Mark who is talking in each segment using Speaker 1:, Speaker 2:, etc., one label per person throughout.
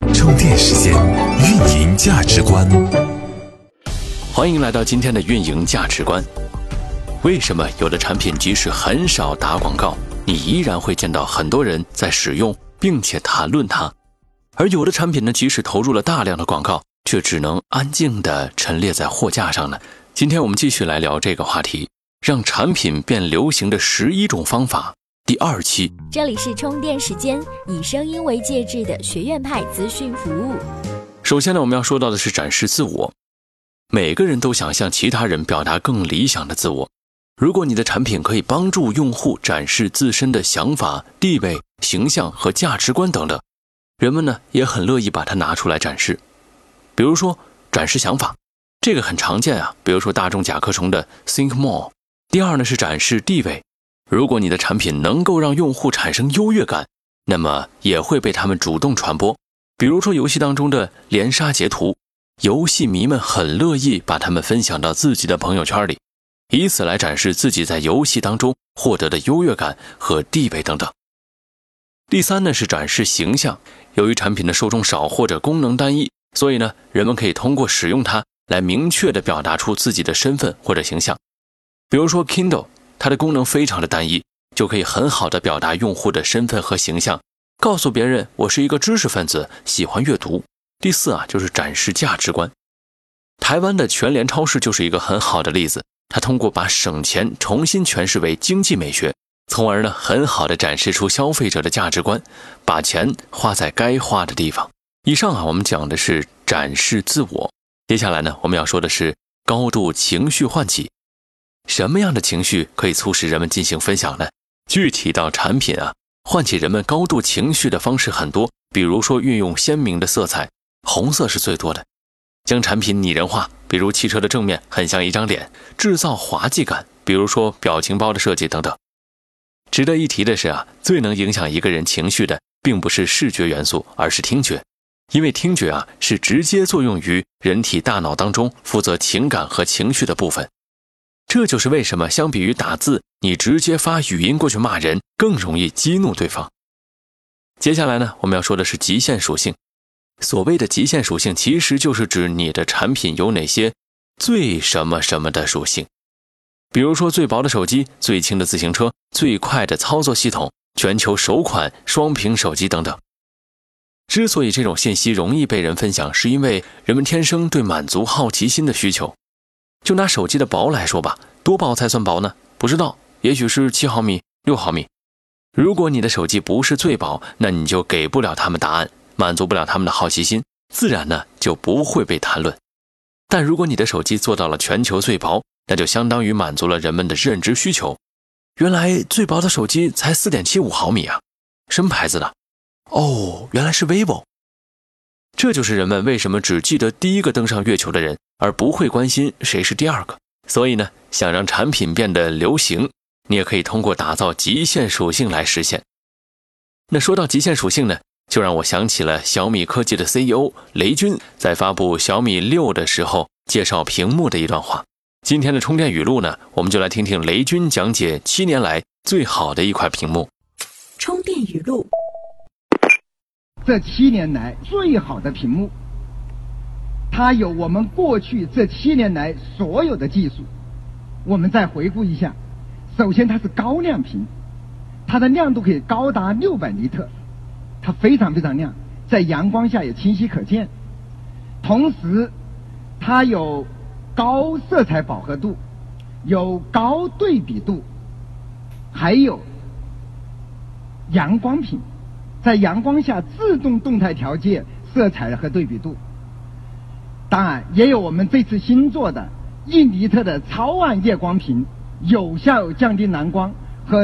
Speaker 1: 充电时间，运营价值观。
Speaker 2: 欢迎来到今天的运营价值观。为什么有的产品即使很少打广告，你依然会见到很多人在使用并且谈论它，而有的产品呢，即使投入了大量的广告，却只能安静地陈列在货架上呢？今天我们继续来聊这个话题，让产品变流行的11种方法第2期。
Speaker 3: 这里是充电时间，以声音为介质的学院派资讯服务。
Speaker 2: 首先呢，我们要说到的是展示自我。每个人都想向其他人表达更理想的自我。如果你的产品可以帮助用户展示自身的想法、地位、形象和价值观等等，人们呢也很乐意把它拿出来展示。比如说展示想法，这个很常见啊，比如说大众甲壳虫的 Think More。第二呢是展示地位，如果你的产品能够让用户产生优越感，那么也会被他们主动传播。比如说游戏当中的连杀截图，游戏迷们很乐意把它们分享到自己的朋友圈里，以此来展示自己在游戏当中获得的优越感和地位等等。第三呢是展示形象，由于产品的受众少或者功能单一，所以呢人们可以通过使用它来明确地表达出自己的身份或者形象。比如说 Kindle， 它的功能非常的单一，就可以很好地表达用户的身份和形象，告诉别人我是一个知识分子，喜欢阅读。第四啊，就是展示价值观。台湾的全联超市就是一个很好的例子，它通过把省钱重新诠释为经济美学，从而呢很好地展示出消费者的价值观，把钱花在该花的地方。以上啊，我们讲的是展示自我。接下来呢，我们要说的是高度情绪唤起。什么样的情绪可以促使人们进行分享呢？具体到产品啊，唤起人们高度情绪的方式很多，比如说运用鲜明的色彩，红色是最多的，将产品拟人化，比如汽车的正面很像一张脸，制造滑稽感，比如说表情包的设计等等。值得一提的是啊，最能影响一个人情绪的并不是视觉元素，而是听觉。因为听觉啊是直接作用于人体大脑当中负责情感和情绪的部分。这就是为什么相比于打字，你直接发语音过去骂人更容易激怒对方。接下来呢，我们要说的是极限属性。所谓的极限属性，其实就是指你的产品有哪些最什么什么的属性。比如说最薄的手机、最轻的自行车、最快的操作系统、全球首款双屏手机等等。之所以这种信息容易被人分享，是因为人们天生对满足好奇心的需求。就拿手机的薄来说吧，多薄才算薄呢？不知道，也许是7毫米、6毫米。如果你的手机不是最薄，那你就给不了他们答案，满足不了他们的好奇心，自然呢就不会被谈论。但如果你的手机做到了全球最薄，那就相当于满足了人们的认知需求。原来最薄的手机才 4.75 毫米啊，什么牌子的？哦，原来是 vivo。 这就是人们为什么只记得第一个登上月球的人，而不会关心谁是第二个。所以呢，想让产品变得流行，你也可以通过打造极限属性来实现。那说到极限属性呢，就让我想起了小米科技的 CEO 雷军在发布小米6的时候介绍屏幕的一段话。今天的充电语录呢，我们就来听听雷军讲解7年来最好的一块屏幕。
Speaker 3: 充电语录。
Speaker 4: 这7年来最好的屏幕，它有我们过去这7年来所有的技术。我们再回顾一下，首先它是高亮屏，它的亮度可以高达600尼特，它非常非常亮，在阳光下也清晰可见。同时它有高色彩饱和度，有高对比度，还有阳光屏，在阳光下自动动态调节色彩和对比度。当然也有我们这次新做的1尼特的超暗夜光屏，有效降低蓝光和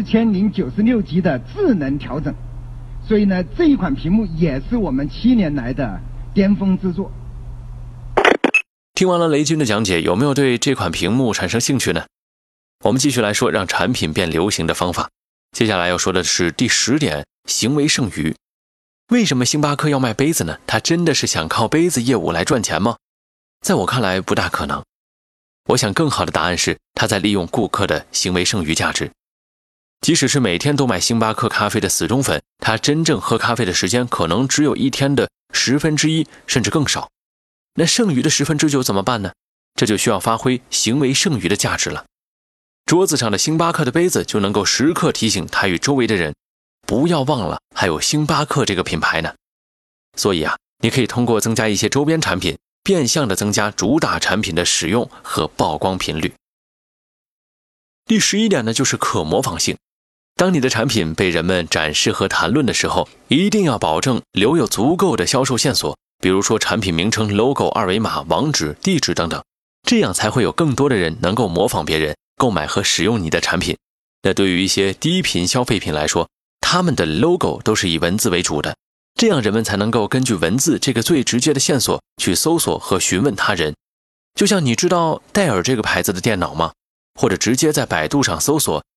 Speaker 4: 4096级的智能调整。所以呢，这一款屏幕也是我们7年来的巅峰之作。
Speaker 2: 听完了雷军的讲解，有没有对这款屏幕产生兴趣呢？我们继续来说让产品变流行的方法。接下来要说的是第10点，行为剩余。为什么星巴克要卖杯子呢？他真的是想靠杯子业务来赚钱吗？在我看来不大可能。我想更好的答案是他在利用顾客的行为剩余价值。即使是每天都买星巴克咖啡的死忠粉，他真正喝咖啡的时间可能只有一天的 1/10甚至更少。那剩余的9%怎么办呢？这就需要发挥行为剩余的价值了。桌子上的星巴克的杯子就能够时刻提醒他与周围的人，不要忘了还有星巴克这个品牌呢。所以你可以通过增加一些周边产品，变相的增加主打产品的使用和曝光频率。第11点呢，就是可模仿性。当你的产品被人们展示和谈论的时候，一定要保证留有足够的销售线索，比如说产品名称、logo、二维码、网址、地址等等，这样才会有更多的人能够模仿别人购买和使用你的产品。那对于一些低频消费品来说，他们的 logo 都是以文字为主的，这样人们才能够根据文字这个最直接的线索去搜索和询问他人。就像你知道戴尔这个牌子的电脑吗？或者直接在百度上搜索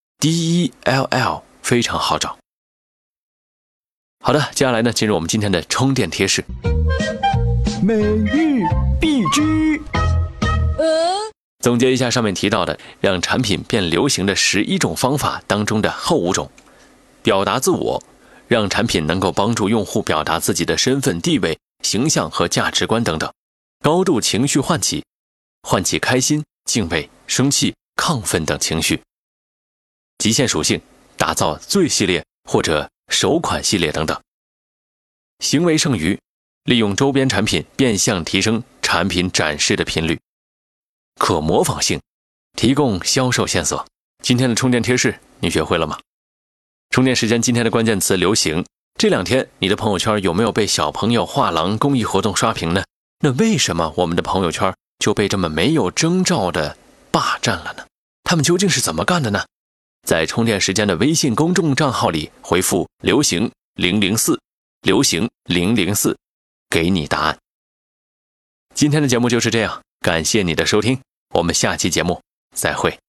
Speaker 2: DELL 非常好找。好的，接下来呢，进入我们今天的充电贴士。
Speaker 5: 每日必知。
Speaker 2: 总结一下上面提到的让产品变流行的11种方法当中的后5种。表达自我，让产品能够帮助用户表达自己的身份地位、形象和价值观等等。高度情绪唤起，唤起开心、敬畏、生气、亢奋等情绪。极限属性，打造最系列或者首款系列等等。行为剩余，利用周边产品变相提升产品展示的频率。可模仿性，提供销售线索。今天的充电贴士你学会了吗？充电时间今天的关键词流行。这2天你的朋友圈有没有被小朋友画廊公益活动刷屏呢？那为什么我们的朋友圈就被这么没有征兆的霸占了呢？他们究竟是怎么干的呢？在充电时间的微信公众账号里回复流行004，流行004，给你答案。今天的节目就是这样，感谢你的收听，我们下期节目再会。